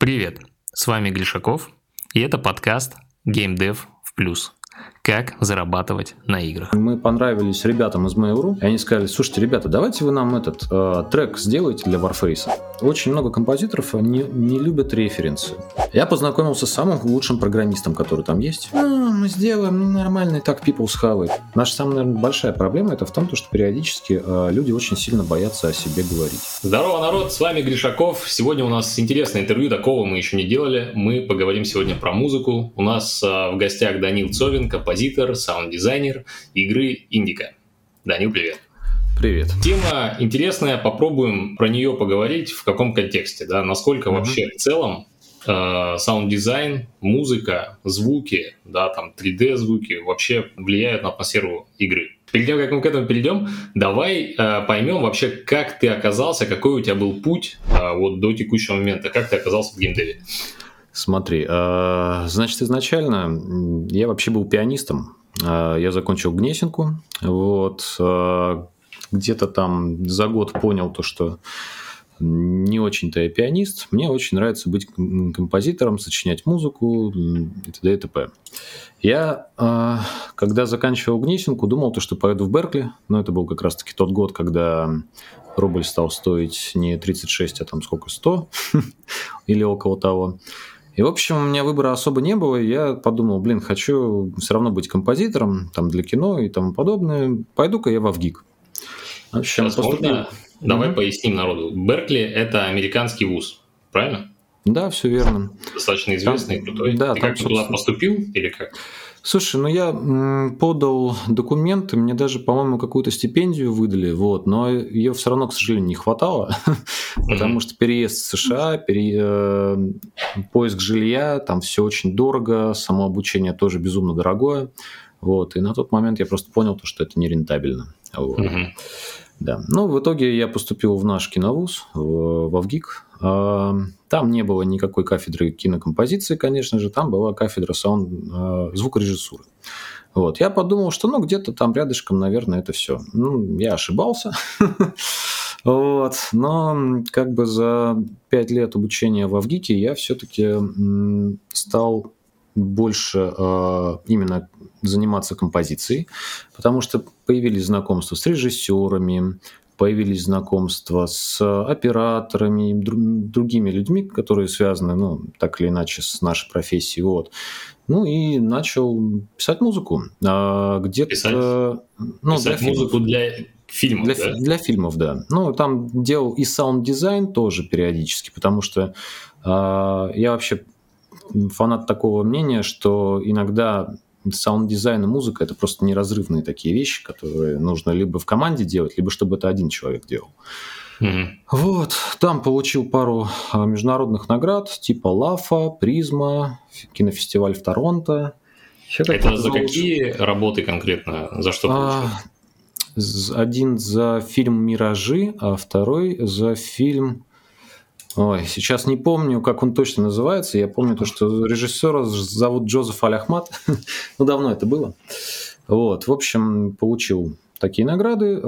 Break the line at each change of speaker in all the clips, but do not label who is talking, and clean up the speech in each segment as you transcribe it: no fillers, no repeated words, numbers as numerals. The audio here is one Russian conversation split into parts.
Привет, с вами Глишаков, и это подкаст GameDev в плюс. Как зарабатывать на играх.
Мы понравились ребятам из Mail.ru, и они сказали: слушайте, ребята, давайте вы нам этот трек сделаете для Warface. Очень много композиторов не любят референсы. Я познакомился с самым лучшим программистом, который там есть. Мы сделаем нормальный так People's Highway. Наша самая, наверное, большая проблема это в том, что периодически люди очень сильно боятся о себе говорить.
Здорово, народ, с вами Гришаков. Сегодня у нас интересное интервью, такого мы еще не делали. Мы поговорим сегодня про музыку. У нас в гостях Данил Цовин, композитор, саунд-дизайнер игры Индика. Данил, привет.
Привет.
Тема интересная, попробуем про нее поговорить. В каком контексте, да? Насколько вообще в целом саунд-дизайн, музыка, звуки, да, там 3D-звуки вообще влияют на атмосферу игры. Перед тем, как мы к этому перейдем, давай поймем вообще, как ты оказался, какой у тебя был путь вот до текущего момента, как ты оказался в геймдеве.
Смотри, значит, изначально я вообще был пианистом. Я закончил Гнесинку, вот, где-то там за год понял то, что не очень-то я пианист. Мне очень нравится быть композитором, сочинять музыку и т.д. и т.п. Я, когда заканчивал Гнесинку, думал, что поеду в Беркли, но это был как раз-таки тот год, когда рубль стал стоить не 36, а там сколько, 100 или около того. И, в общем, у меня выбора особо не было, и я подумал, хочу все равно быть композитором там, для кино и тому подобное. Пойду-ка я во ВГИК. В общем,
Давай поясним народу. Беркли – это американский вуз, правильно?
Да, все верно.
Достаточно известный, крутой.
Да,
ты как-то туда поступил или как?
Слушай, я подал документы, мне даже, по-моему, какую-то стипендию выдали, вот, но ее все равно, к сожалению, не хватало, потому что переезд в США, поиск жилья, там все очень дорого, само обучение тоже безумно дорогое, вот, и на тот момент я просто понял, что это нерентабельно. Вот. Да. В итоге я поступил в наш киновуз, во ВГИК. Там не было никакой кафедры кинокомпозиции, конечно же, там была кафедра звукорежиссуры. Вот. Я подумал, что где-то там рядышком, наверное, это все. Я ошибался. Вот. Но за 5 лет обучения во ВГИКе я все-таки стал больше именно заниматься композицией, потому что появились знакомства с режиссерами, появились знакомства с операторами, другими людьми, которые связаны, так или иначе, с нашей профессией. Вот. И начал писать музыку.
Писать музыку для фильмов, да?
Для фильмов, да. Там делал и саунд-дизайн тоже периодически, потому что я вообще фанат такого мнения, что иногда саунд-дизайн и музыка – это просто неразрывные такие вещи, которые нужно либо в команде делать, либо чтобы это один человек делал. Вот. Там получил пару международных наград, типа ЛАФа, Призма, кинофестиваль в Торонто.
Это за какие работы конкретно? За что получил?
Один за фильм «Миражи», а второй за фильм... сейчас не помню, как он точно называется. Я помню что режиссера зовут Джозеф Аль-Ахмад. Давно это было. Вот, в общем, получил такие награды.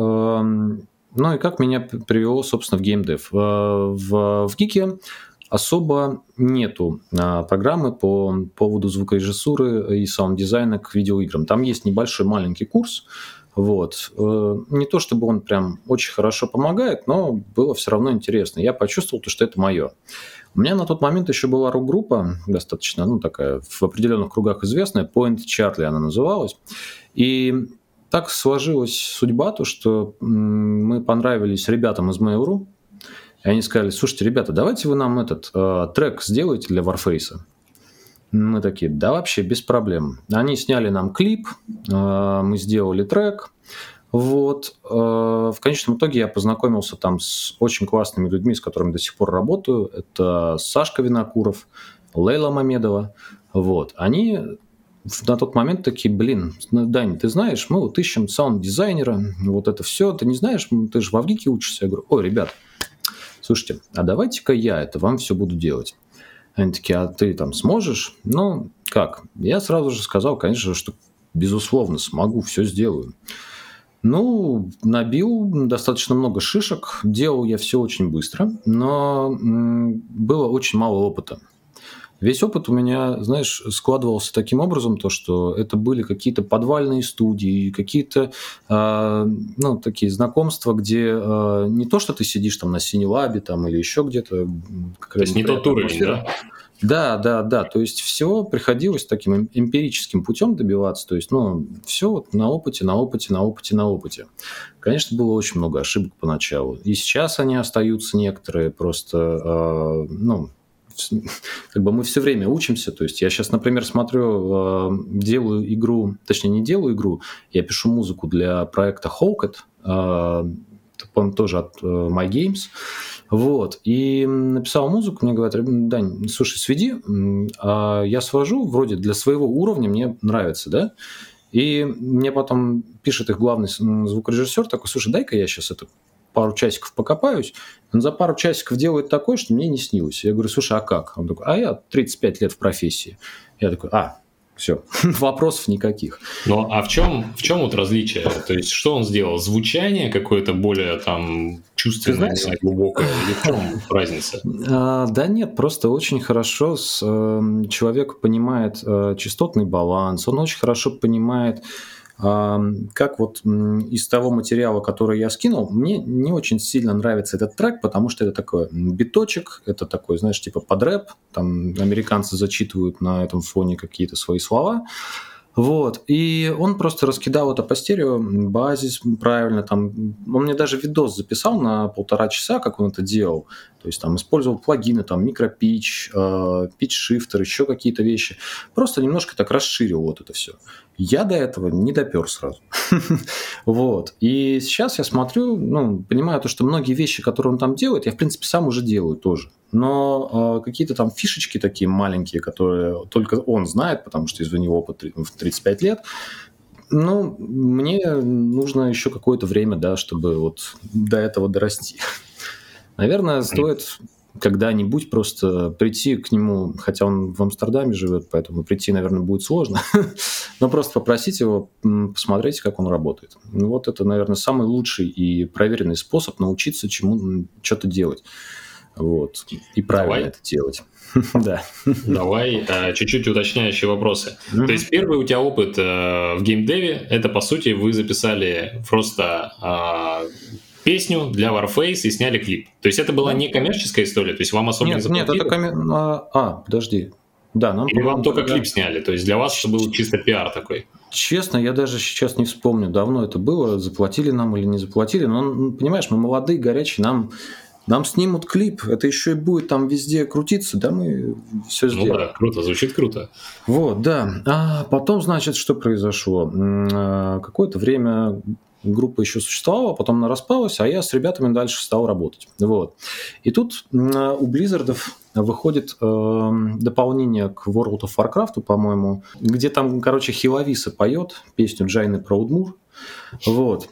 И как меня привело, собственно, в геймдев. В ГИКе особо нету программы по поводу звукорежиссуры и саунд-дизайна к видеоиграм. Там есть небольшой маленький курс. Вот. Не то чтобы он прям очень хорошо помогает, но было все равно интересно. Я почувствовал, что это мое. У меня на тот момент еще была рок-группа, достаточно, такая в определенных кругах известная, Point Charlie она называлась. И так сложилась судьба, что мы понравились ребятам из Mail.ru, и они сказали: слушайте, ребята, давайте вы нам этот трек сделаете для Warface. Мы такие: да, вообще без проблем. Они сняли нам клип, мы сделали трек. Вот. В конечном итоге я познакомился там с очень классными людьми, с которыми до сих пор работаю. Это Сашка Винокуров, Лейла Мамедова. Вот. Они на тот момент такие: Дань, ты знаешь, мы вот ищем саунд-дизайнера, вот это все. Ты не знаешь, ты же во ВГИКе учишься. Я говорю: ребят, слушайте, а давайте-ка я это вам все буду делать. Они такие: а ты там сможешь? Как? Я сразу же сказал, конечно, что безусловно смогу, все сделаю. Ну, набил достаточно много шишек, делал я все очень быстро, но было очень мало опыта. Весь опыт у меня, знаешь, складывался таким образом, то, что это были какие-то подвальные студии, какие-то, ну, такие знакомства, где не то, что ты сидишь там на Синелабе там, или еще где-то,
То есть не тот уровень, да?
Да. То есть все приходилось таким эмпирическим путем добиваться. То есть, ну, все вот на опыте. Конечно, было очень много ошибок поначалу. И сейчас они остаются некоторые просто, ну, как бы мы все время учимся. То есть я сейчас, например, смотрю, делаю игру, точнее, не делаю игру, я пишу музыку для проекта Hawkett, по-моему, тоже от My Games. Вот. И написал музыку, мне говорят: Дань, слушай, сведи, я свожу, вроде для своего уровня мне нравится, да? И мне потом пишет их главный звукорежиссер, такой: слушай, дай-ка я сейчас это пару часиков покопаюсь. Он за пару часиков делает такое, что мне не снилось. Я говорю: слушай, а как? Он такой: а я 35 лет в профессии. Я такой: все, вопросов никаких.
Ну, а в чем вот различие? То есть, что он сделал? Звучание какое-то более там чувственное, глубокое? Или в чем разница?
Да нет, просто очень хорошо человек понимает частотный баланс, он очень хорошо понимает, как вот из того материала, который я скинул, мне не очень сильно нравится этот трек, потому что это такой биточек, это такой, знаешь, типа под рэп, там американцы зачитывают на этом фоне какие-то свои слова. Вот, и он просто раскидал это по стерео, базис правильно, там, он мне даже видос записал на 1,5 часа, как он это делал, то есть там использовал плагины, там, микропитч, питч-шифтер, еще какие-то вещи, просто немножко так расширил вот это все. Я до этого не допер сразу. Вот, и сейчас я смотрю, ну, понимаю то, что многие вещи, которые он там делает, я, в принципе, сам уже делаю тоже. Но какие-то там фишечки такие маленькие, которые только он знает, потому что из-за него опыт в 35 лет, ну, мне нужно еще какое-то время, да, чтобы вот до этого дорасти. Наверное, стоит когда-нибудь просто прийти к нему, хотя он в Амстердаме живет, поэтому прийти, наверное, будет сложно, но просто попросить его посмотреть, как он работает. Вот это, наверное, самый лучший и проверенный способ научиться чему что-то делать. Вот. И правильно это делать. Да.
Давай чуть-чуть уточняющие вопросы. То есть первый у тебя опыт в геймдеве, это, по сути, вы записали просто песню для Warface и сняли клип. То есть это была не коммерческая история? То есть вам особо не заплатили?
Нет, это подожди. Да,
Или вам только клип сняли? То есть для вас это был чисто пиар такой?
Честно, я даже сейчас не вспомню, давно это было, заплатили нам или не заплатили. Но, понимаешь, мы молодые, горячие, нам снимут клип, это еще и будет там везде крутиться, да, мы все сделаем.
Ну да, круто, звучит круто.
Вот, да. А потом, значит, что произошло? Какое-то время группа еще существовала, потом она распалась, а я с ребятами дальше стал работать. Вот. И тут у Blizzard выходит дополнение к World of Warcraft, по-моему, где там, короче, Хиловиса поет песню Джайны Проудмур. Вот.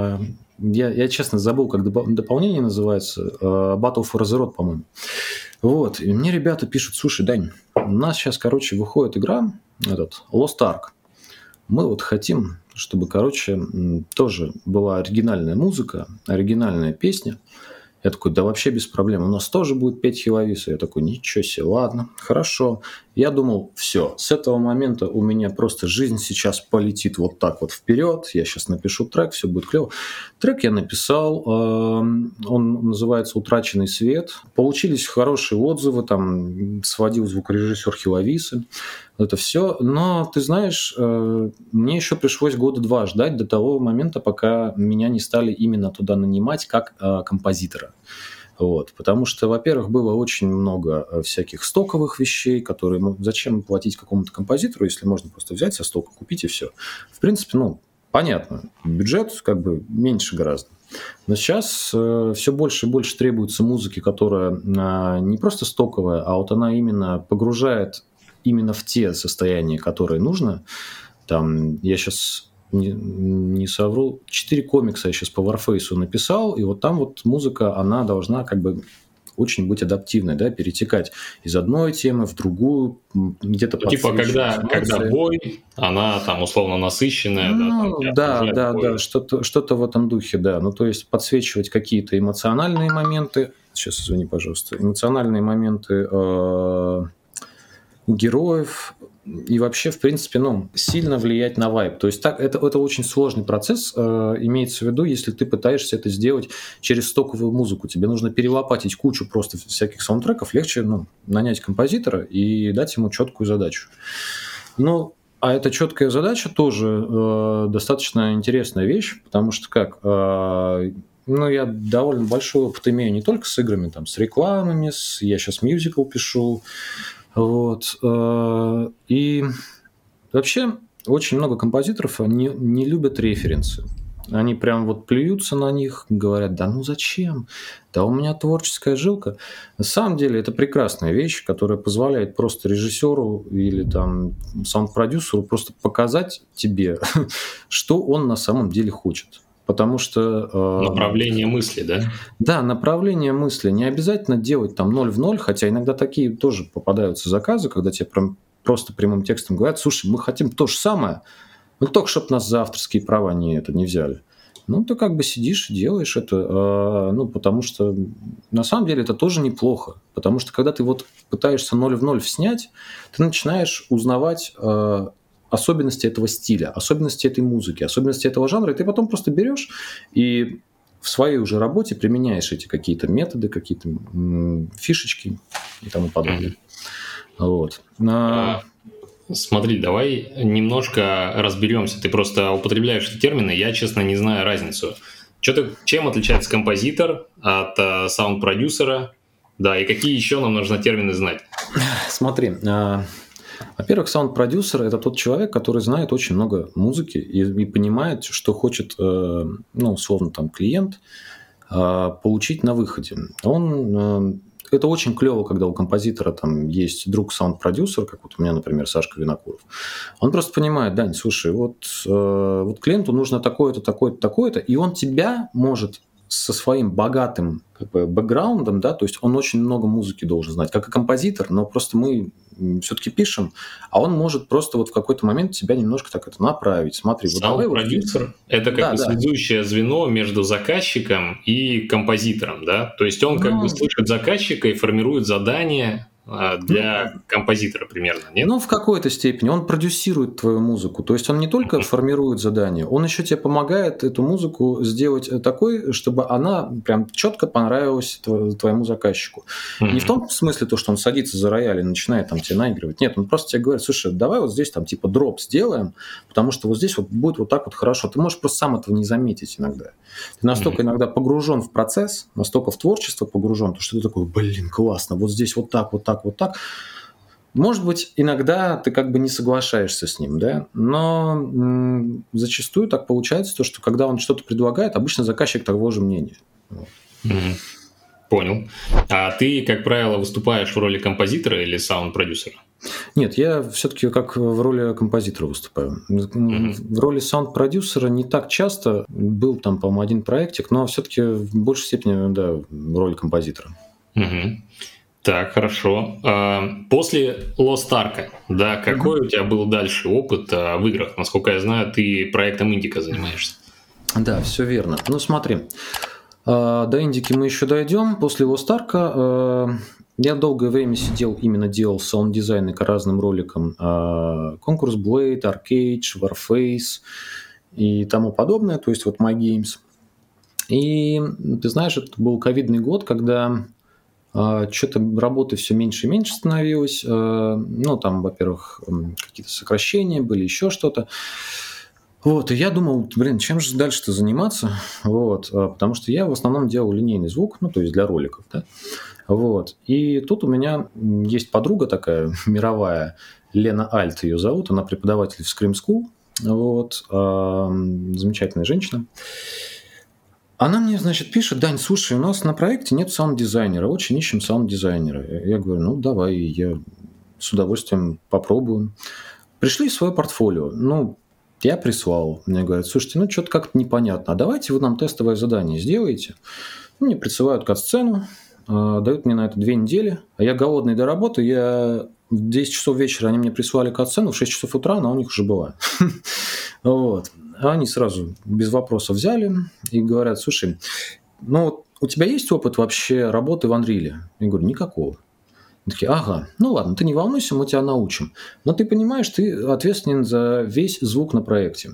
Я, честно, забыл, как дополнение называется. Battle for Azeroth, по-моему. Вот. И мне ребята пишут: слушай, Дань, у нас сейчас, короче, выходит игра, Lost Ark. Мы вот хотим, чтобы, короче, тоже была оригинальная музыка, оригинальная песня. Я такой: да вообще без проблем, у нас тоже будет петь Хиловиса. Я такой: ничего себе, ладно, хорошо. Я думал, все, с этого момента у меня просто жизнь сейчас полетит вот так вот вперед, я сейчас напишу трек, все будет клево. Трек я написал, он называется «Утраченный свет». Получились хорошие отзывы, там сводил звукорежиссер Хиловисы. Это все. Но, ты знаешь, мне еще пришлось 2 года ждать до того момента, пока меня не стали именно туда нанимать как композитора. Вот. Потому что, во-первых, было очень много всяких стоковых вещей, которые, зачем платить какому-то композитору, если можно просто взять со стока, купить и все. В принципе, понятно, бюджет как бы меньше гораздо. Но сейчас все больше и больше требуется музыки, которая не просто стоковая, а вот она именно погружает именно в те состояния, которые нужно. Там я сейчас не совру, 4 комикса я сейчас по Warface написал, и вот там вот музыка, она должна как бы очень быть адаптивной, да, перетекать из одной темы в другую, где-то
Типа,
подсвечивать
когда
эмоции.
бой, она там условно насыщенная, да, там
Ну,
тебя окружает
да,
бой.
что-то в этом духе, да. Ну, то есть подсвечивать какие-то эмоциональные моменты. Сейчас, извини, пожалуйста. Эмоциональные моменты героев и вообще, в принципе, ну, сильно влиять на вайб. То есть так, это очень сложный процесс, имеется в виду, если ты пытаешься это сделать через стоковую музыку. Тебе нужно перелопатить кучу просто всяких саундтреков, легче, ну, нанять композитора и дать ему четкую задачу. Ну, а эта четкая задача тоже достаточно интересная вещь, потому что как... ну, я довольно большой опыт имею не только с играми, там, с рекламами, я сейчас мюзикл пишу, вот. И вообще очень много композиторов не любят референсы. Они прям вот плюются на них, говорят, да ну зачем? Да у меня творческая жилка. На самом деле это прекрасная вещь, которая позволяет просто режиссеру или там саунд-продюсеру просто показать тебе, что он на самом деле хочет. Потому что...
Направление мысли, да?
Да, направление мысли. Не обязательно делать там 0 в 0, хотя иногда такие тоже попадаются заказы, когда тебе прям просто прямым текстом говорят, слушай, мы хотим то же самое, но только чтобы нас за авторские права не взяли. Ну, ты как бы сидишь и делаешь это, ну, потому что на самом деле это тоже неплохо, потому что когда ты вот пытаешься 0 в 0 снять, ты начинаешь узнавать особенности этого стиля, особенности этой музыки, особенности этого жанра, и ты потом просто берешь и в своей уже работе применяешь эти какие-то методы, какие-то фишечки и тому подобное. Вот.
Смотри, давай немножко разберемся. Ты просто употребляешь эти термины, я, честно, не знаю разницу. Чем отличается композитор от саунд-продюсера? Да, и какие еще нам нужно термины знать?
Смотри, во-первых, саунд-продюсер – это тот человек, который знает очень много музыки и понимает, что хочет, ну, условно, там, клиент получить на выходе. Это очень клево, когда у композитора там есть друг саунд-продюсер, как вот у меня, например, Сашка Винокуров. Он просто понимает, Дань, слушай, вот клиенту нужно такое-то, такое-то, такое-то, и он тебя может со своим богатым как бы бэкграундом, да, то есть он очень много музыки должен знать, как и композитор, но просто мы все-таки пишем, а он может просто вот в какой-то момент тебя немножко так это направить. Смотри, вот давай вот
саунд-продюсер – это как бы связующее звено между заказчиком и композитором, да? То есть он как бы слышит заказчика и формирует задание для композитора примерно, нет?
Ну, в какой-то степени. Он продюсирует твою музыку. То есть он не только формирует задание, он еще тебе помогает эту музыку сделать такой, чтобы она прям четко понравилась твоему заказчику. Не в том смысле, то, что он садится за рояль и начинает там тебе наигрывать. Нет, он просто тебе говорит, слушай, давай вот здесь там типа дроп сделаем, потому что вот здесь вот будет вот так вот хорошо. Ты можешь просто сам этого не заметить иногда. Ты настолько иногда погружен в процесс, настолько в творчество погружен, что ты такой, блин, классно, вот здесь вот так, вот так, вот так. Может быть, иногда ты как бы не соглашаешься с ним, да, но зачастую так получается, то, что когда он что-то предлагает, обычно заказчик того же мнения.
Понял. А ты, как правило, выступаешь в роли композитора или саунд-продюсера?
Нет, я все-таки как в роли композитора выступаю. В роли саунд-продюсера не так часто. Был там, по-моему, один проектик, но все-таки в большей степени, да, в роли композитора.
Так, хорошо. После Lost Ark, да, какой у тебя был дальше опыт в играх? Насколько я знаю, ты проектом Индика занимаешься.
Да, все верно. Ну, смотри, до Индики мы еще дойдем. После Lost Ark я долгое время сидел, именно делал саунд-дизайны к разным роликам. Concourse Blade, Arcade, Warface и тому подобное, то есть вот My Games. И ты знаешь, это был ковидный год, когда что-то работы все меньше и меньше становилось. Ну, там, во-первых, какие-то сокращения были, еще что-то. Вот, и я думал, блин, чем же дальше-то заниматься? Вот, потому что я в основном делал линейный звук, ну, то есть для роликов, да. Вот, и тут у меня есть подруга такая мировая, Лена Альт ее зовут, она преподаватель в Scream School, вот, замечательная женщина. Она мне, значит, пишет, Дань, слушай, у нас на проекте нет саунд-дизайнера, очень ищем саунд-дизайнера. Я говорю, ну, давай, я с удовольствием попробую. Пришли свое портфолио, ну, я прислал. Мне говорят, слушайте, ну, что-то как-то непонятно, а давайте вы нам тестовое задание сделаете. Мне присылают кат-сцену, дают мне на это 2 недели, а я голодный до работы, я в 10 часов вечера они мне прислали катсцену, в 6 часов утра она у них уже была. Вот. Они сразу без вопросов взяли и говорят: слушай, ну у тебя есть опыт вообще работы в Unreal? Я говорю: никакого. Они такие: ага, ну ладно, ты не волнуйся, мы тебя научим. Но ты понимаешь, ты ответственен за весь звук на проекте.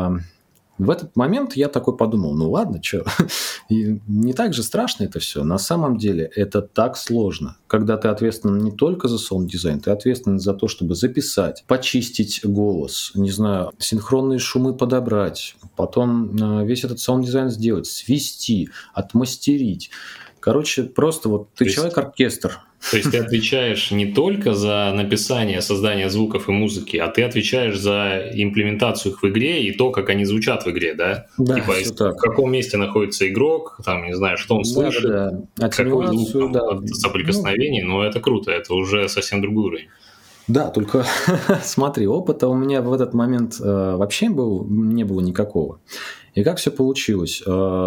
В этот момент я такой подумал: ну ладно, что, не так же страшно это все. На самом деле это так сложно, когда ты ответственен не только за саунд-дизайн, ты ответственен за то, чтобы записать, почистить голос, не знаю, синхронные шумы подобрать, потом весь этот саунд-дизайн сделать, свести, отмастерить. Короче, просто вот ты человек-оркестр.
То есть ты отвечаешь не только за написание, создание звуков и музыки, а ты отвечаешь за имплементацию их в игре и то, как они звучат в игре, да?
Да,
типа, в каком месте находится игрок, там, не знаю, что он слышит, какой звук там, соприкосновений, но это круто, это уже совсем другой уровень.
Да, только смотри, опыта у меня в этот момент вообще не было никакого. И как все получилось?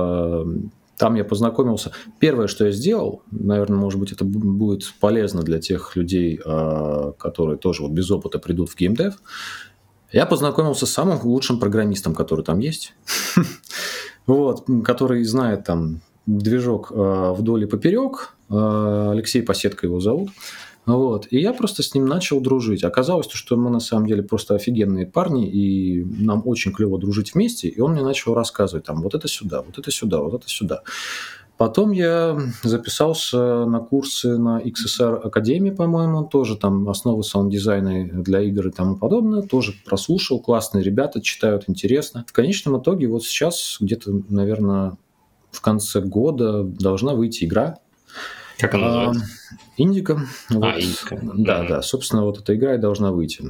Там я познакомился. Первое, что я сделал, наверное, может быть, это будет полезно для тех людей, которые тоже вот без опыта придут в геймдев. Я познакомился с самым лучшим программистом, который там есть, вот, который знает там движок вдоль и поперек. Алексей Посетко его зовут. Вот. И я просто с ним начал дружить. Оказалось, что мы на самом деле просто офигенные парни, и нам очень клево дружить вместе. И он мне начал рассказывать, там, вот это сюда, вот это сюда, вот это сюда. Потом я записался на курсы на XSR Академии, по-моему, тоже там основы саунд-дизайна для игр и тому подобное. Тоже прослушал, классные ребята, читают, интересно. В конечном итоге вот сейчас, где-то, наверное, в конце года должна выйти игра.
Как она называется?
Индика. Вот.
Индика.
Да, собственно, вот эта игра и должна выйти.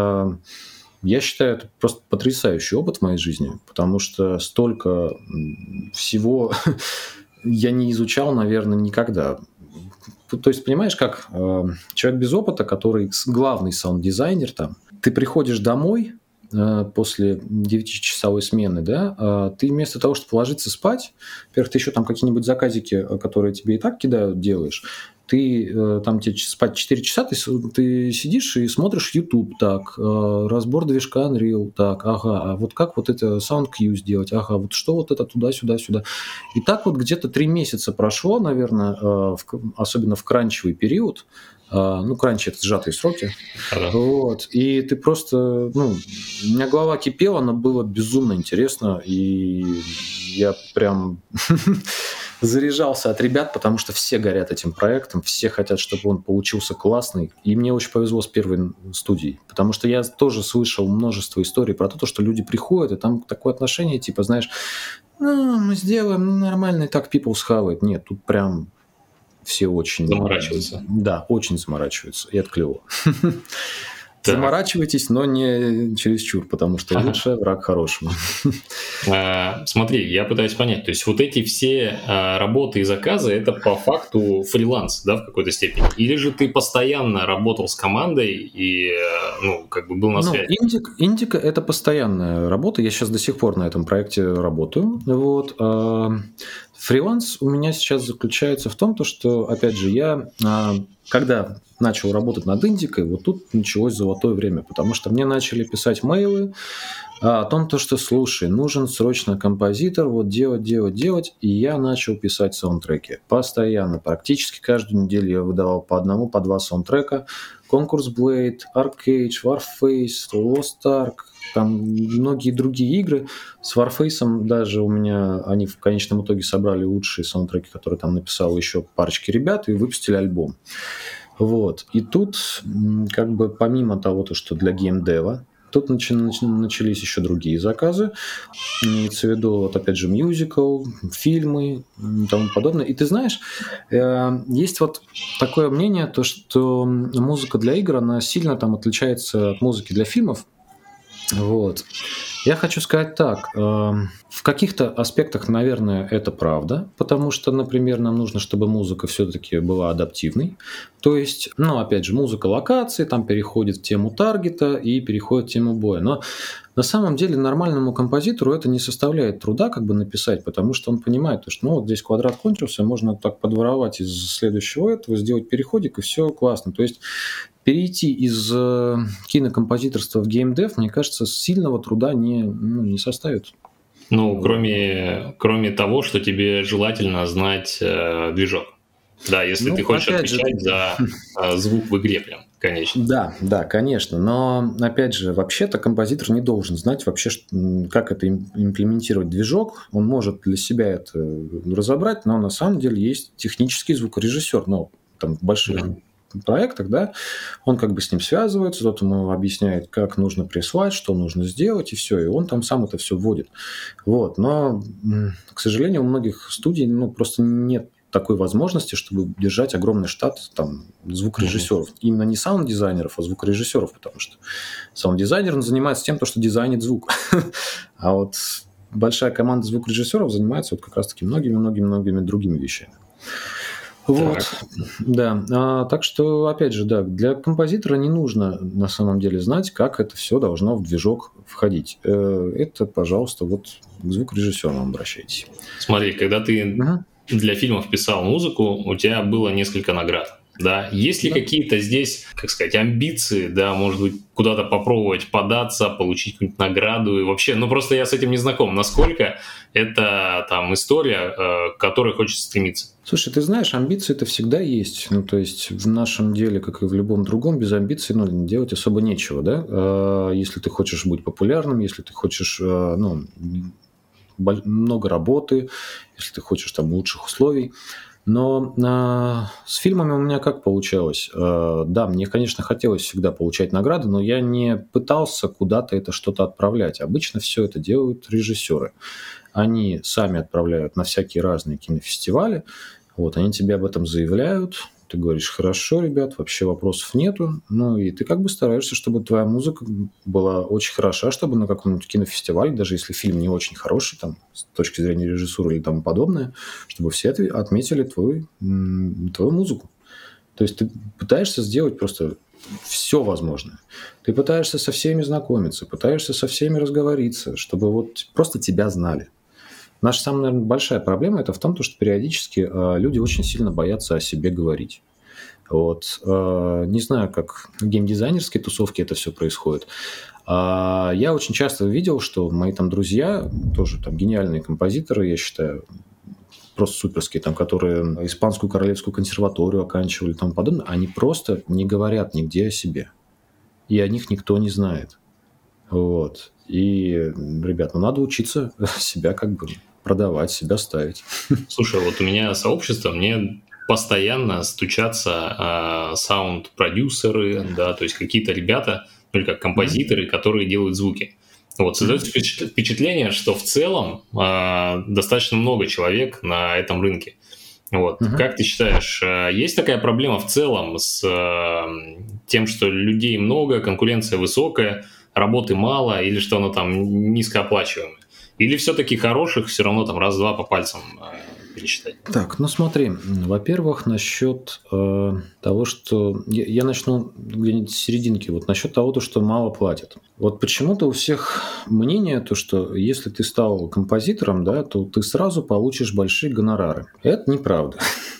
Я считаю, это просто потрясающий опыт в моей жизни, потому что столько всего я не изучал, наверное, никогда. То есть, понимаешь, как человек без опыта, который главный саунд-дизайнер там, ты приходишь домой после 9-часовой смены, да, ты вместо того, чтобы ложиться спать, во-первых, ты еще там какие-нибудь заказики, которые тебе и так кидают, делаешь, ты там тебе спать 4 часа, ты сидишь и смотришь YouTube, так, разбор движка Unreal, так, ага, а вот как вот это SoundQ сделать, ага, вот что вот это туда-сюда. И так вот где-то 3 месяца прошло, наверное, особенно в кранчевый период. Ну, кранч — это сжатые сроки. Вот. И ты просто... Ну, у меня голова кипела, но было безумно интересно, и я прям заряжался от ребят, потому что все горят этим проектом, все хотят, чтобы он получился классный. И мне очень повезло с первой студией, потому что я тоже слышал множество историй про то, что люди приходят, и там такое отношение, типа, знаешь, ну, мы сделаем нормально, и так people схавает. Нет, тут прям... Все очень...
Заморачиваются.
Да, очень заморачиваются. И это клево. Заморачивайтесь, но не чересчур, потому что лучше враг хорошему.
Смотри, я пытаюсь понять. То есть вот эти все работы и заказы, это по факту фриланс, да, в какой-то степени? Или же ты постоянно работал с командой и, ну, как бы был на связи?
Индика — это постоянная работа. Я сейчас до сих пор на этом проекте работаю. Вот. Фриланс у меня сейчас заключается в том, что, опять же, я, когда начал работать над Индикой, вот тут началось золотое время, потому что мне начали писать мейлы о том, что, слушай, нужен срочно композитор, вот делать, и я начал писать саундтреки постоянно, практически каждую неделю я выдавал по одному, по два саундтрека. Concourse Blade, Arcade, Warface, Lost Ark, там многие другие игры. С Warface даже у меня они в конечном итоге собрали лучшие саундтреки, которые там написал еще парочки ребят, и выпустили альбом. Вот. И тут, как бы помимо того, что для геймдева, тут начались еще другие заказы. Имеется в виду, вот опять же, мюзикл, фильмы и тому подобное. И ты знаешь, есть вот такое мнение, то, что музыка для игр, она сильно там отличается от музыки для фильмов. Вот. Я хочу сказать так. В каких-то аспектах, наверное, это правда, потому что, например, нам нужно, чтобы музыка все-таки была адаптивной. То есть, ну, опять же, музыка локации, там переходит в тему таргета и переходит в тему боя. Но на самом деле нормальному композитору это не составляет труда как бы написать, потому что он понимает, что ну, вот здесь квадрат кончился, можно так подворовать из следующего этого, сделать переходик, и все классно. То есть перейти из кинокомпозиторства в геймдев, мне кажется, сильного труда не составит.
Ну, кроме того, что тебе желательно знать движок. Да, если ты хочешь отвечать за звук в игре прям, конечно.
Да, конечно. Но, опять же, вообще-то композитор не должен знать вообще, как это имплементировать движок. Он может для себя это разобрать, но на самом деле есть технический звукорежиссер. Но там в больших проектах, да, он как бы с ним связывается, тот ему объясняет, как нужно прислать, что нужно сделать, и все, и он там сам это все вводит. Вот. Но, к сожалению, у многих студий просто нет такой возможности, чтобы держать огромный штат там, звукорежиссеров. Именно не саунд-дизайнеров, а звукорежиссеров, потому что саунд-дизайнер он занимается тем, что дизайнит звук. А вот большая команда звукорежиссеров занимается вот как раз-таки многими-многими другими вещами. Вот, да. Так что, опять же, да, для композитора не нужно на самом деле знать, как это все должно в движок входить. Это, пожалуйста, вот к звукорежиссерам обращайтесь.
Смотри, когда ты для фильмов писал музыку, у тебя было несколько наград. Да, есть ли какие-то здесь, как сказать, амбиции, да, может быть, куда-то попробовать податься, получить какую-нибудь награду и вообще, просто я с этим не знаком, насколько это там история, к которой хочется стремиться?
Слушай, ты знаешь, амбиции-то всегда есть, то есть в нашем деле, как и в любом другом, без амбиций, делать особо нечего, да, если ты хочешь быть популярным, если ты хочешь, много работы, если ты хочешь там лучших условий. Но с фильмами у меня как получалось? Да, мне, конечно, хотелось всегда получать награды, но я не пытался куда-то это что-то отправлять. Обычно все это делают режиссеры. Они сами отправляют на всякие разные кинофестивали. Вот, они тебе об этом заявляют. Ты говоришь, хорошо, ребят, вообще вопросов нету. И ты как бы стараешься, чтобы твоя музыка была очень хороша, чтобы на каком-нибудь кинофестивале, даже если фильм не очень хороший, там, с точки зрения режиссуры или тому подобное, чтобы все отметили твою музыку. То есть ты пытаешься сделать просто все возможное. Ты пытаешься со всеми знакомиться, пытаешься со всеми разговориться, чтобы вот просто тебя знали. Наша самая, наверное, большая проблема это в том, что периодически люди очень сильно боятся о себе говорить. Вот. Не знаю, как в геймдизайнерской тусовке это все происходит. Я очень часто видел, что мои там друзья, тоже там гениальные композиторы, я считаю, просто суперские, там, которые Испанскую королевскую консерваторию оканчивали и тому подобное, они просто не говорят нигде о себе. И о них никто не знает. Вот. И, ребят, надо учиться себя как бы продавать, себя ставить.
Слушай, вот у меня сообщество, мне постоянно стучатся саунд-продюсеры, да, то есть какие-то ребята, или как композиторы, которые делают звуки. Вот, создается впечатление, что в целом достаточно много человек на этом рынке. Вот. Как ты считаешь, есть такая проблема в целом с тем, что людей много, конкуренция высокая, работы мало, или что она там низкооплачиваемая? Или все-таки хороших все равно там раз-два по пальцам пересчитать?
Так, смотри, во-первых, насчет того, что... Я начну где-нибудь с серединки. Вот насчет того, что мало платят. Вот почему-то у всех мнение, то, что если ты стал композитором, да, то ты сразу получишь большие гонорары. Это неправда.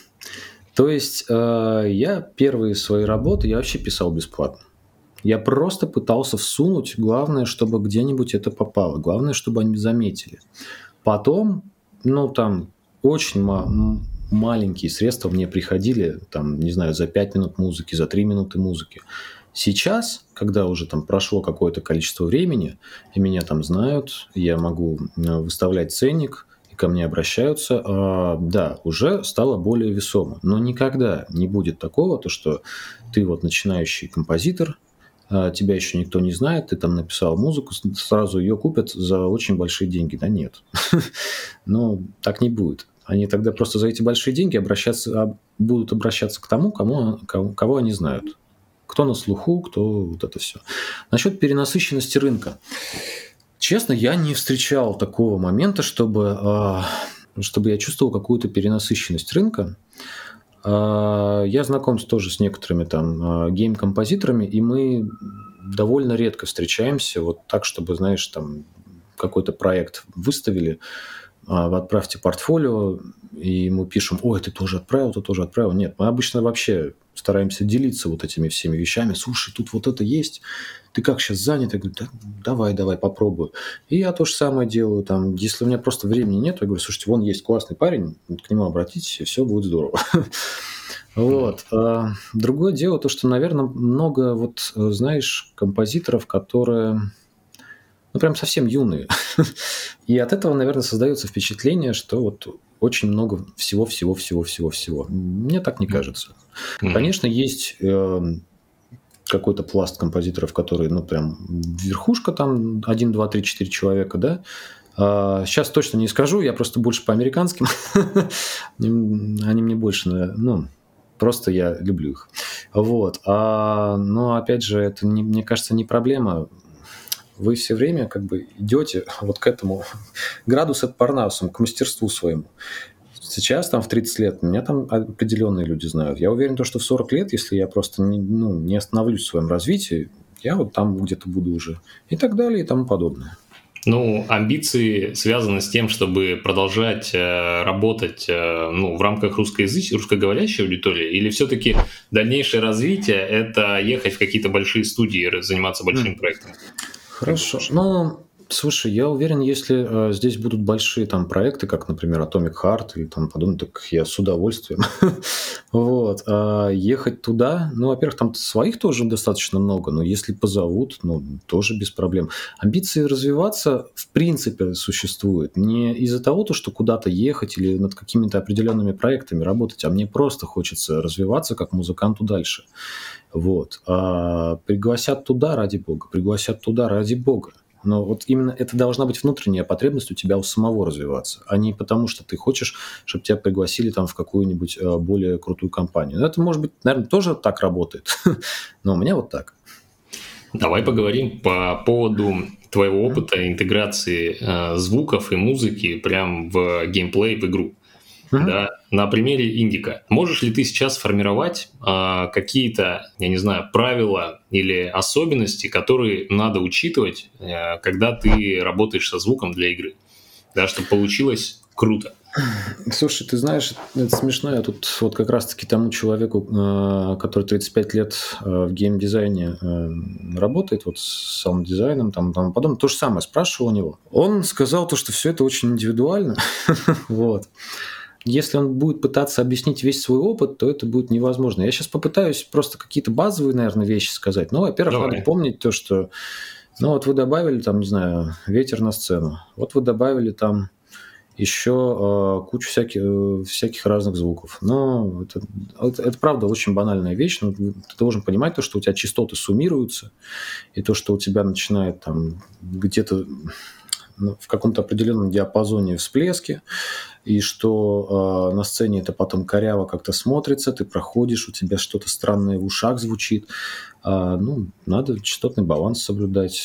То есть я первые свои работы я вообще писал бесплатно. Я просто пытался всунуть, главное, чтобы где-нибудь это попало, главное, чтобы они заметили. Потом, там очень маленькие средства мне приходили, там, не знаю, за 5 минут музыки, за 3 минуты музыки. Сейчас, когда уже там прошло какое-то количество времени, и меня там знают, я могу выставлять ценник, и ко мне обращаются, да, уже стало более весомо. Но никогда не будет такого, то, что ты вот начинающий композитор, тебя еще никто не знает, ты там написал музыку, сразу ее купят за очень большие деньги. Да нет. Так не будет. Они тогда просто за эти большие деньги будут обращаться к тому, кого они знают. Кто на слуху, кто вот это все. Насчет перенасыщенности рынка. Честно, я не встречал такого момента, чтобы я чувствовал какую-то перенасыщенность рынка. Я знаком тоже с некоторыми там гейм-композиторами, и мы довольно редко встречаемся вот так, чтобы, знаешь, там какой-то проект выставили, отправьте портфолио, и мы пишем: ой, ты тоже отправил, ты тоже отправил. Нет, мы обычно вообще стараемся делиться вот этими всеми вещами. Слушай, тут вот это есть, ты как сейчас занят? Я говорю: да, давай, попробую. И я то же самое делаю. Там, если у меня просто времени нет, я говорю: слушайте, вон есть классный парень, к нему обратитесь, и все будет здорово. Вот. Другое дело то, что, наверное, много, вот, знаешь, композиторов, которые, ну, прям совсем юные. И от этого, наверное, создается впечатление, что вот очень много всего. Мне так не кажется. Конечно, есть какой-то пласт композиторов, которые, ну, прям верхушка, там 1, 2, 3, 4 человека, да. Сейчас точно не скажу, я просто больше по американским. Они мне больше, ну, просто я люблю их. Вот. Но, опять же, это, мне кажется, не проблема. Вы все время как бы идете вот к этому градус от Парнасум, к мастерству своему. Сейчас, там, в 30 лет, меня там определенные люди знают. Я уверен, что в 40 лет, если я просто не остановлюсь в своем развитии, я вот там где-то буду уже. И так далее, и тому подобное.
Ну, амбиции связаны с тем, чтобы продолжать работать в рамках русскоговорящей аудитории, или все-таки дальнейшее развитие – это ехать в какие-то большие студии, заниматься большими проектами?
Хорошо. Ну, слушай, я уверен, если здесь будут большие там проекты, как, например, Atomic Heart или там подобное, так я с удовольствием. Вот. Ехать туда, ну, во-первых, там своих тоже достаточно много, но если позовут, ну, тоже без проблем. Амбиции развиваться в принципе существуют. Не из-за того, что куда-то ехать или над какими-то определенными проектами работать, а мне просто хочется развиваться как музыканту дальше. Вот. Пригласят туда, ради бога, пригласят туда, ради бога. Но вот именно это должна быть внутренняя потребность у тебя у самого развиваться, а не потому, что ты хочешь, чтобы тебя пригласили там в какую-нибудь более крутую компанию. Это, может быть, наверное, тоже так работает, но у меня вот так.
Давай поговорим по поводу твоего опыта интеграции звуков и музыки прям в геймплей, в игру. Да, на примере Индика. Можешь ли ты сейчас сформировать какие-то, я не знаю, правила или особенности, которые надо учитывать, когда ты работаешь со звуком для игры, да, чтобы получилось круто?
Слушай, ты знаешь, это смешно. Я тут вот как раз-таки тому человеку, который 35 лет в геймдизайне работает, вот с саунд-дизайном, там потом то же самое спрашивал у него. Он сказал то, что все это очень индивидуально. Вот. Если он будет пытаться объяснить весь свой опыт, то это будет невозможно. Я сейчас попытаюсь просто какие-то базовые, наверное, вещи сказать. Ну, во-первых, надо помнить то, что, ну, вот вы добавили там, не знаю, ветер на сцену. Вот вы добавили там еще кучу всяких разных звуков. Но это правда очень банальная вещь. Но ты должен понимать то, что у тебя частоты суммируются, и то, что у тебя начинает там где-то в каком-то определенном диапазоне всплески, и что на сцене это потом коряво как-то смотрится, ты проходишь, у тебя что-то странное в ушах звучит. Надо частотный баланс соблюдать.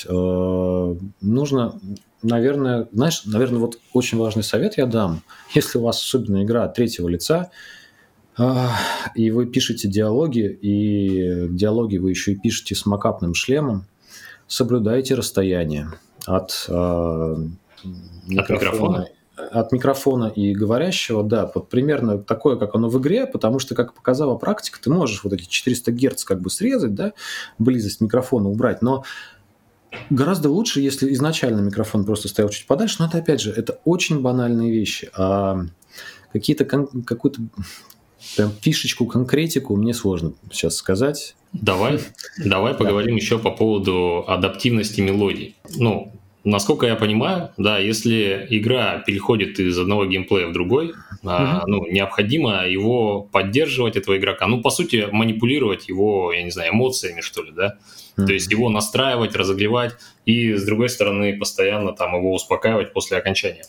Нужно, наверное, вот очень важный совет я дам. Если у вас особенно игра от третьего лица, и вы пишете диалоги, и диалоги вы еще и пишете с макапным шлемом, соблюдайте расстояние от микрофона и говорящего, да, вот примерно такое, как оно в игре, потому что, как показала практика, ты можешь вот эти 400 Гц как бы срезать, да, близость микрофона убрать, но гораздо лучше, если изначально микрофон просто стоял чуть подальше, но это, опять же, это очень банальные вещи, а какую-то прям фишечку, конкретику мне сложно сейчас сказать.
Давай поговорим еще по поводу адаптивности мелодий. Ну, насколько я понимаю, да, если игра переходит из одного геймплея в другой, необходимо его поддерживать, этого игрока. Ну, по сути, манипулировать его, я не знаю, эмоциями, что ли, да? То есть его настраивать, разогревать и, с другой стороны, постоянно там его успокаивать после окончания.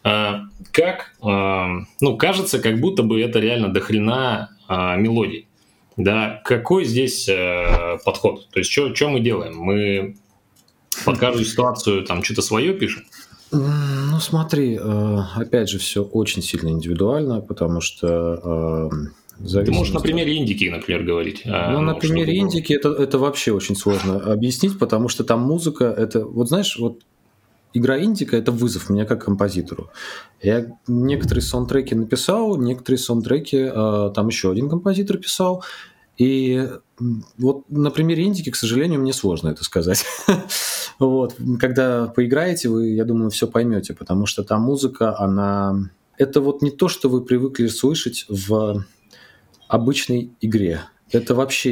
Кажется, как будто бы это реально дохрена мелодий. Да, какой здесь подход? То есть, что мы делаем? Мы Под каждую ситуацию там что-то свое пишет?
Ну, смотри, опять же, все очень сильно индивидуально, потому что
Ты можешь на примере индики, например, говорить.
Ну, на примере индики это вообще очень сложно объяснить, потому что там музыка, это, вот знаешь, вот игра индика – это вызов мне как композитору. Я некоторые саундтреки написал, некоторые саундтреки там еще один композитор писал, и вот на примере индики, к сожалению, мне сложно это сказать. Вот. Когда поиграете, вы, я думаю, все поймете, потому что та музыка, она… Это вот не то, что вы привыкли слышать в обычной игре. Это вообще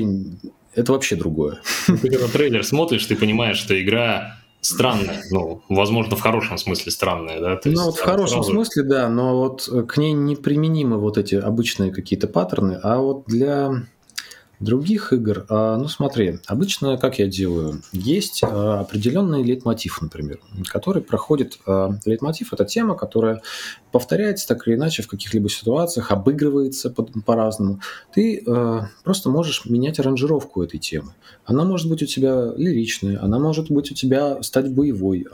другое.
Ты когда трейлер смотришь, ты понимаешь, что игра странная. Ну, возможно, в хорошем смысле странная, да? То
Ну,
есть,
вот в хорошем смысле, да, но вот к ней не применимы вот эти обычные какие-то паттерны, а вот для других игр, ну смотри, обычно как я делаю, есть определенный лейтмотив, например, который проходит, лейтмотив – это тема, которая повторяется так или иначе в каких-либо ситуациях, обыгрывается по-разному. Ты просто можешь менять аранжировку этой темы. Она может быть у тебя лиричная, она может быть у тебя стать боевой,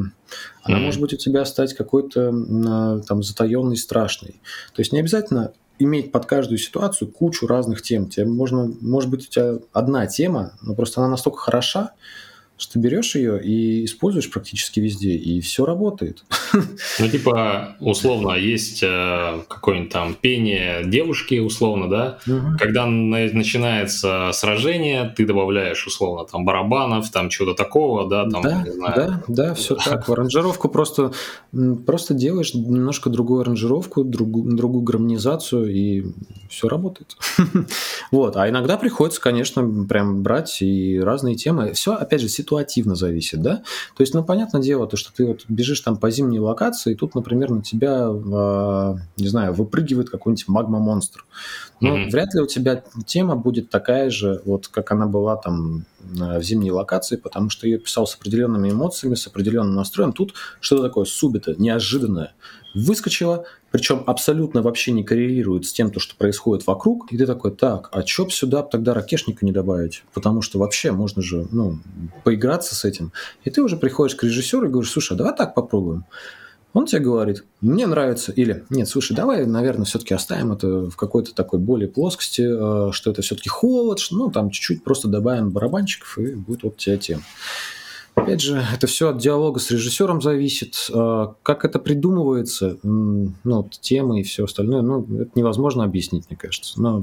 она может быть у тебя стать какой-то там затаенной, страшной. То есть не обязательно иметь под каждую ситуацию кучу разных тем. Тебе может быть, у тебя одна тема, но просто она настолько хороша, что ты берешь ее и используешь практически везде, и все работает.
Ну, типа, условно, есть какое-нибудь там пение девушки, условно, да? Когда начинается сражение, ты добавляешь, условно, там барабанов, там чего-то такого, да? Там,
Да,
не знаю.
да, все так. В аранжировку просто делаешь немножко другую аранжировку, другую гармонизацию, и все работает. Вот. А иногда приходится, конечно, прям брать и разные темы. Все, опять же, ситуативно зависит, да? То есть, ну, понятное дело, то, что ты вот бежишь там по зимней локации, и тут, например, на тебя, не знаю, выпрыгивает какой-нибудь магма-монстр. Ну, вряд ли у тебя тема будет такая же, вот как она была там в зимней локации, потому что я писал с определенными эмоциями, с определенным настроем. Тут что-то такое субито, неожиданное выскочило, причем абсолютно вообще не коррелирует с тем, что происходит вокруг. И ты такой, так, а чё б сюда тогда ракешника не добавить? Потому что вообще можно же, ну, поиграться с этим. И ты уже приходишь к режиссеру и говоришь, слушай, а давай так попробуем. Он тебе говорит, мне нравится, или нет, слушай, давай, наверное, все-таки оставим это в какой-то такой более плоскости, что это все-таки холод, ну, там чуть-чуть просто добавим барабанчиков, и будет вот тебе тема. Опять же, это все от диалога с режиссером зависит. Как это придумывается, ну, вот темы и все остальное, ну, это невозможно объяснить, мне кажется. Но...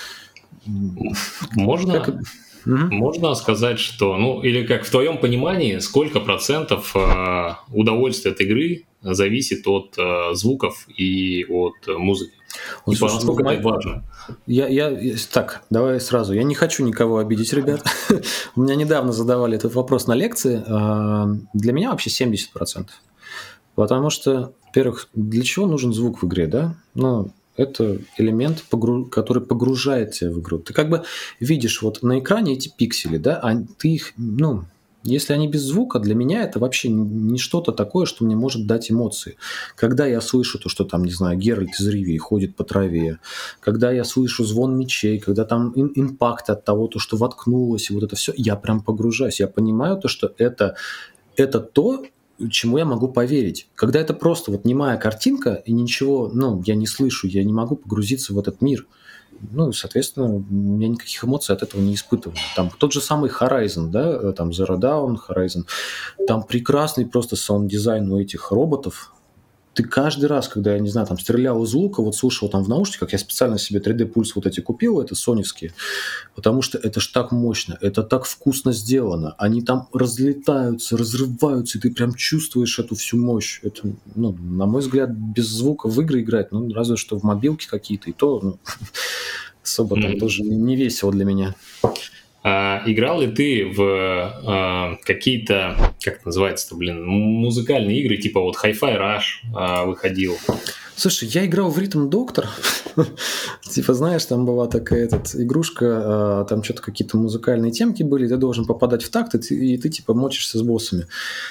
Можно сказать, что, ну, или как в твоем понимании, сколько процентов удовольствия от игры зависит от звуков и от музыки? Типа, насколько это важно?
Так, давай сразу. Я не хочу никого обидеть, ребят. У меня недавно задавали этот вопрос на лекции. Для меня вообще 70%. Потому что, во-первых, для чего нужен звук в игре, да? Ну, это элемент, который погружает тебя в игру. Ты как бы видишь вот на экране эти пиксели, да, а ты их, ну, если они без звука, для меня это вообще не что-то такое, что мне может дать эмоции. Когда я слышу то, что там, не знаю, Геральт из Ривии ходит по траве, когда я слышу звон мечей, когда там импакт от того, то, что воткнулось, и вот это все, я прям погружаюсь. Я понимаю то, что это то, чему я могу поверить. Когда это просто вот немая картинка, и ничего, ну, я не слышу, я не могу погрузиться в этот мир. Ну, соответственно, я никаких эмоций от этого не испытываю. Там тот же самый Horizon, да, там Zero Dawn, Horizon, там прекрасный просто саунд-дизайн у этих роботов. Ты каждый раз, когда, я не знаю, там стрелял из лука, вот слушал там в наушниках, я специально себе 3D-пульс вот эти купил, это соневские, потому что это ж так мощно, это так вкусно сделано. Они там разлетаются, разрываются, и ты прям чувствуешь эту всю мощь. Это, ну, на мой взгляд, без звука в игры играть, ну, разве что в мобилке какие-то, и то, ну, особо там тоже не весело для меня.
Играл ли ты в какие-то, как это называется-то, музыкальные игры, типа вот Hi-Fi Rush выходил?
Слушай, я играл в Rhythm Doctor. Типа, знаешь, там была такая игрушка, там что-то какие-то музыкальные темки были, ты должен попадать в такт, и ты типа мочишься с боссами.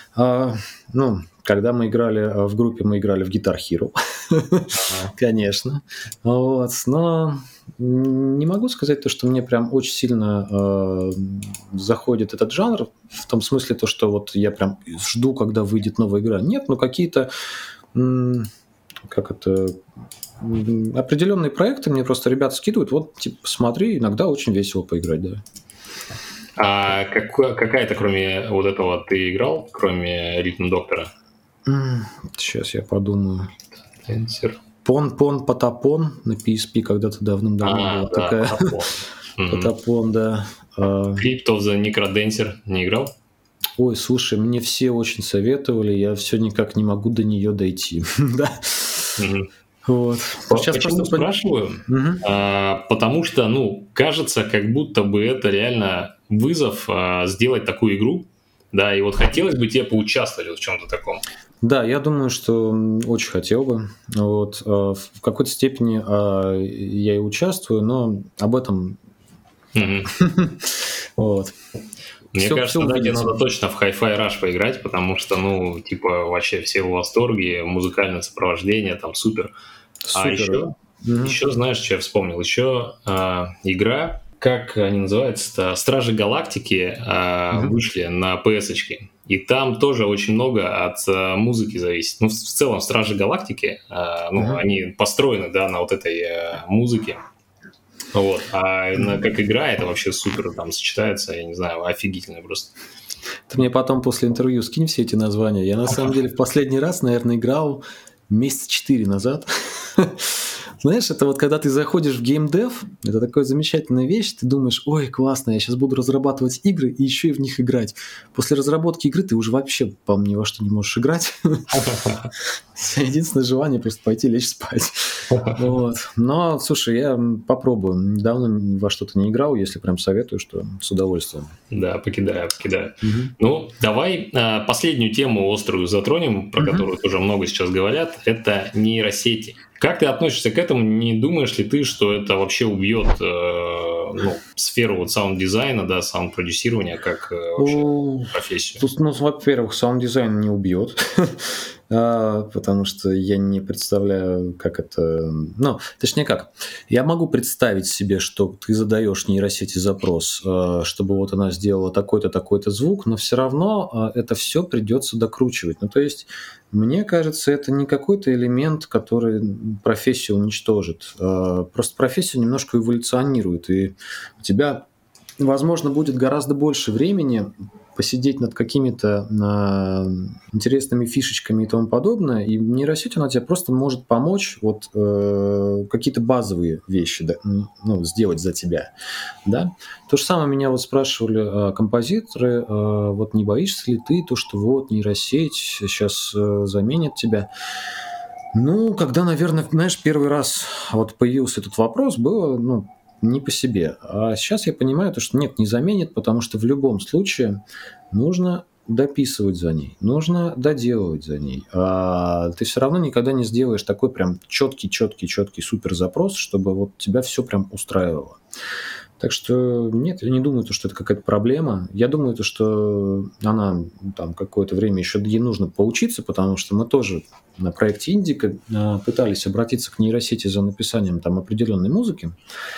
Ну, когда мы играли в группе, мы играли в Guitar Hero. Конечно. Вот. Но не могу сказать то, что мне прям очень сильно заходит этот жанр, в том смысле то, что вот я прям жду, когда выйдет новая игра. Нет, ну какие-то определенные проекты мне просто ребята скидывают, вот, типа, посмотри, иногда очень весело поиграть, да.
А какая-то, кроме вот этого, ты играл, кроме Ритм Доктора?
Сейчас я подумаю.
Тенсер.
Пон Потапон на PSP когда-то давным-давно была
да,
такая. Потапон, да.
Crypt of the Necrodancer не играл?
Ой, слушай, мне все очень советовали, я все никак не могу до нее дойти. Да. Вот.
Сейчас почему спрашиваю? Потому что, кажется, как будто бы это реально вызов сделать такую игру, да, и вот хотелось бы тебе поучаствовать в чем-то таком.
Да, я думаю, что очень хотел бы. Вот. В какой-то степени я и участвую, но об этом... Вот.
Мне кажется, тебе надо точно в Hi-Fi Rush поиграть, потому что, вообще все в восторге, музыкальное сопровождение там супер. А еще, знаешь, что я вспомнил? Еще игра, как они называются-то? Стражи Галактики вышли на PS-очке. И там тоже очень много от музыки зависит. В целом, Стражи Галактики, они построены, да, на вот этой музыке. Вот. Как игра, это вообще супер там сочетается, я не знаю, офигительно просто.
Ты мне потом после интервью скинь все эти названия. Я на самом деле в последний раз, наверное, играл месяца 4 назад. Знаешь, это вот когда ты заходишь в геймдев, это такая замечательная вещь, ты думаешь, ой, классно, я сейчас буду разрабатывать игры и еще и в них играть. После разработки игры ты уже вообще, по-моему, ни во что не можешь играть. Единственное желание просто пойти лечь спать. Вот. Но, слушай, я попробую. Давно во что-то не играл, если прям советую, что с удовольствием.
Да, покидаю. Давай последнюю тему острую затронем, про которую тоже много сейчас говорят, это нейросети. Как ты относишься к этому? Не думаешь ли ты, что это вообще убьет сферу вот саунд-дизайна, да, саунд-продюсирования как вообще профессию?
Во-первых, саунд-дизайн не убьет, потому что я не представляю, как это... точнее как. Я могу представить себе, что ты задаешь нейросети запрос, чтобы вот она сделала такой-то, такой-то звук, но все равно это все придется докручивать. То есть, мне кажется, это не какой-то элемент, который профессию уничтожит. Просто профессия немножко эволюционирует, и у тебя, возможно, будет гораздо больше времени посидеть над какими-то интересными фишечками и тому подобное, и нейросеть, она тебе просто может помочь какие-то базовые вещи сделать за тебя. Да? То же самое меня спрашивали композиторы, не боишься ли ты то, что нейросеть сейчас заменит тебя? Когда, наверное, первый раз появился этот вопрос, было, не по себе. А сейчас я понимаю, что нет, не заменит, потому что в любом случае нужно дописывать за ней, нужно доделывать за ней. А ты все равно никогда не сделаешь такой прям четкий супер запрос, чтобы тебя все прям устраивало. Так что нет, я не думаю, что это какая-то проблема. Я думаю, что она там какое-то время еще ей нужно поучиться, потому что мы тоже на проекте Индика пытались обратиться к нейросети за написанием там определенной музыки.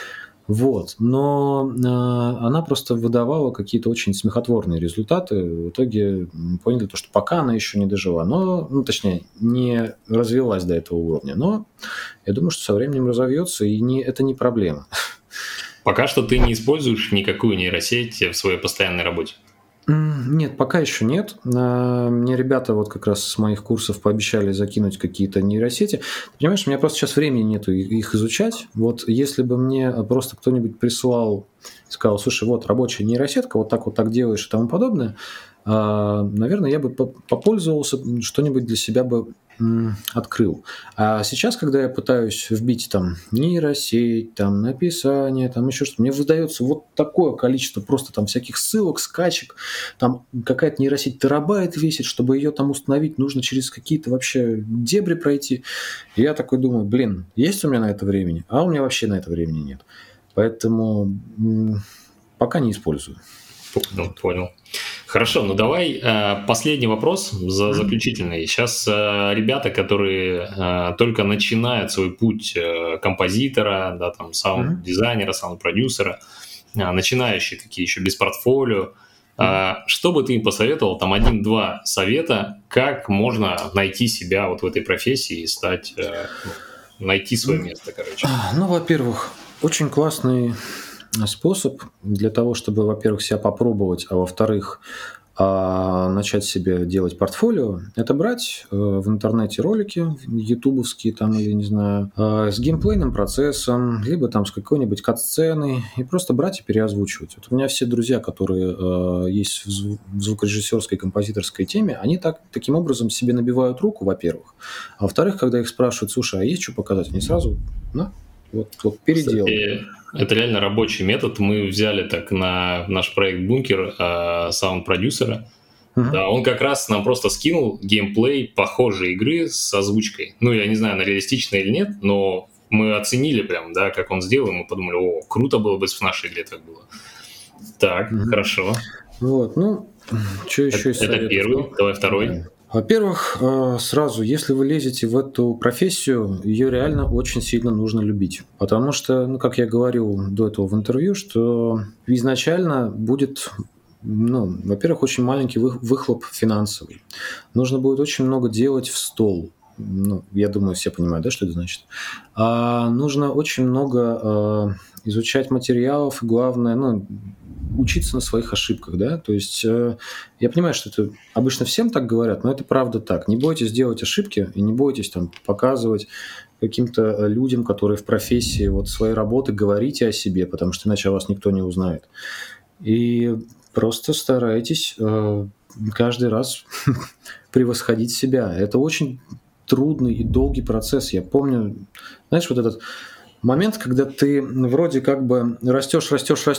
Но она просто выдавала какие-то очень смехотворные результаты. В итоге поняли, что пока она еще не дожила. Точнее, не развилась до этого уровня. Но я думаю, что со временем разовьется, и это не проблема.
Пока что ты не используешь никакую нейросеть в своей постоянной работе?
Нет, пока еще нет. Мне ребята как раз с моих курсов пообещали закинуть какие-то нейросети. Понимаешь, у меня просто сейчас времени нету их изучать. Если бы мне просто кто-нибудь прислал, сказал, слушай, рабочая нейросетка, так делаешь и тому подобное, наверное, я бы попользовался, что-нибудь для себя бы открыл. А сейчас, когда я пытаюсь вбить там нейросеть, там написание, там еще что-то, мне выдается такое количество просто там всяких ссылок, скачек, там какая-то нейросеть терабайт весит, чтобы ее там установить, нужно через какие-то вообще дебри пройти. И я такой думаю, есть у меня на это времени? А у меня вообще на это времени нет. Поэтому пока не использую.
Понял. Хорошо, давай последний вопрос, заключительный. Сейчас ребята, которые только начинают свой путь композитора, да, там, саунд-дизайнера, саунд-продюсера, начинающие такие еще без портфолио, что бы ты им посоветовал, там 1-2 совета, как можно найти себя вот в этой профессии и стать, найти свое место, короче?
Ну, во-первых, очень классный способ для того, чтобы, во-первых, себя попробовать, а во-вторых, начать себе делать портфолио, это брать в интернете ролики ютубовские там, или, не знаю, с геймплейным процессом, либо там с какой-нибудь кат-сценой, и просто брать и переозвучивать. Вот у меня все друзья, которые есть в звукорежиссерской, композиторской теме, они таким образом себе набивают руку, во-первых. А во-вторых, когда их спрашивают, слушай, а есть что показать? Они сразу, вот переделал.
Кстати, это реально рабочий метод. Мы взяли так на наш проект «Бункер» саунд-продюсера. Да, он как раз нам просто скинул геймплей похожей игры с озвучкой. Ну, я не знаю, она реалистичная или нет, но мы оценили прям, да, как он сделал, и мы подумали, о, круто было бы, в нашей игре так было. Так, хорошо.
Вот, что еще из советов?
Это первый, давай второй.
Да. Во-первых, сразу, если вы лезете в эту профессию, ее реально очень сильно нужно любить. Потому что, как я говорил до этого в интервью, что изначально будет, во-первых, очень маленький выхлоп финансовый. Нужно будет очень много делать в стол. Я думаю, все понимают, да, что это значит. Нужно очень много изучать материалов, и главное, учиться на своих ошибках, да, то есть я понимаю, что это обычно всем так говорят, но это правда так. Не бойтесь делать ошибки и не бойтесь там показывать каким-то людям, которые в профессии вот своей работы, говорите о себе, потому что иначе о вас никто не узнает. И просто старайтесь каждый раз превосходить себя. Это очень трудный и долгий процесс. Я помню, знаешь, вот этот момент, когда ты вроде как бы растешь,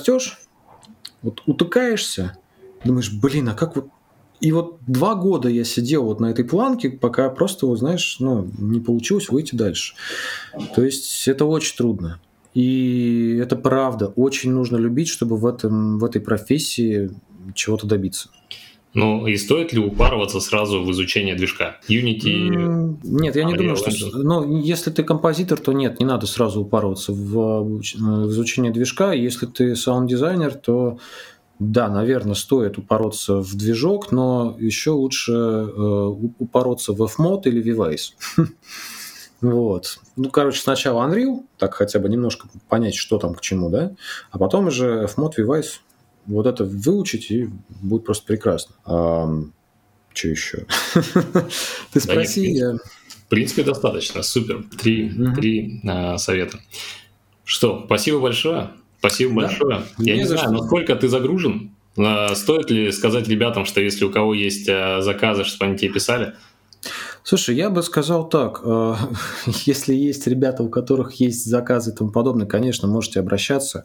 вот утыкаешься, думаешь, а как вот... И вот 2 года я сидел вот на этой планке, пока просто, вот, знаешь, не получилось выйти дальше. То есть это очень трудно. И это правда. Очень нужно любить, чтобы в этой профессии чего-то добиться.
И стоит ли упарываться сразу в изучение движка? Unity?
Нет, я не думаю, что... если ты композитор, то нет, не надо сразу упарываться в изучение движка. Если ты саунд-дизайнер, то да, наверное, стоит упороться в движок, но еще лучше упороться в Fmod или V-Wise. Вот. Сначала Unreal, так хотя бы немножко понять, что там к чему, да, а потом уже Fmod, V-Wise. Вот это выучить, и будет просто прекрасно. Что еще? Ты спроси.
В принципе, достаточно. Супер. 3 совета. Что, спасибо большое. Спасибо большое. Я не знаю, насколько ты загружен. Стоит ли сказать ребятам, что если у кого есть заказы, чтобы они тебе писали?
Слушай, я бы сказал так, если есть ребята, у которых есть заказы и тому подобное, конечно, можете обращаться.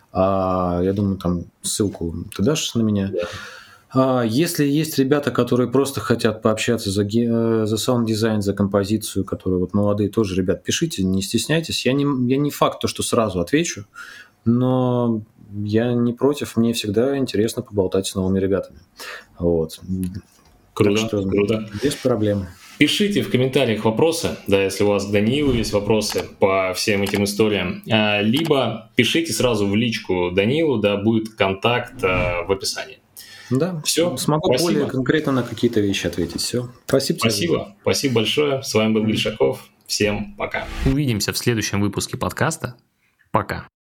Я думаю, там ссылку ты дашь на меня.
Да.
Если есть ребята, которые просто хотят пообщаться за саунд-дизайн, за композицию, которые вот молодые тоже, ребят, пишите, не стесняйтесь. Я не факт, что сразу отвечу, но я не против, мне всегда интересно поболтать с новыми ребятами. Вот.
Круто.
Без проблем.
Пишите в комментариях вопросы, да, если у вас к Даниилу есть вопросы по всем этим историям, либо пишите сразу в личку Даниилу, да, будет контакт в описании.
Да,
все.
Смогу более конкретно на какие-то вещи ответить. Все.
Спасибо большое. С вами был Гришаков. Всем пока. Увидимся в следующем выпуске подкаста. Пока.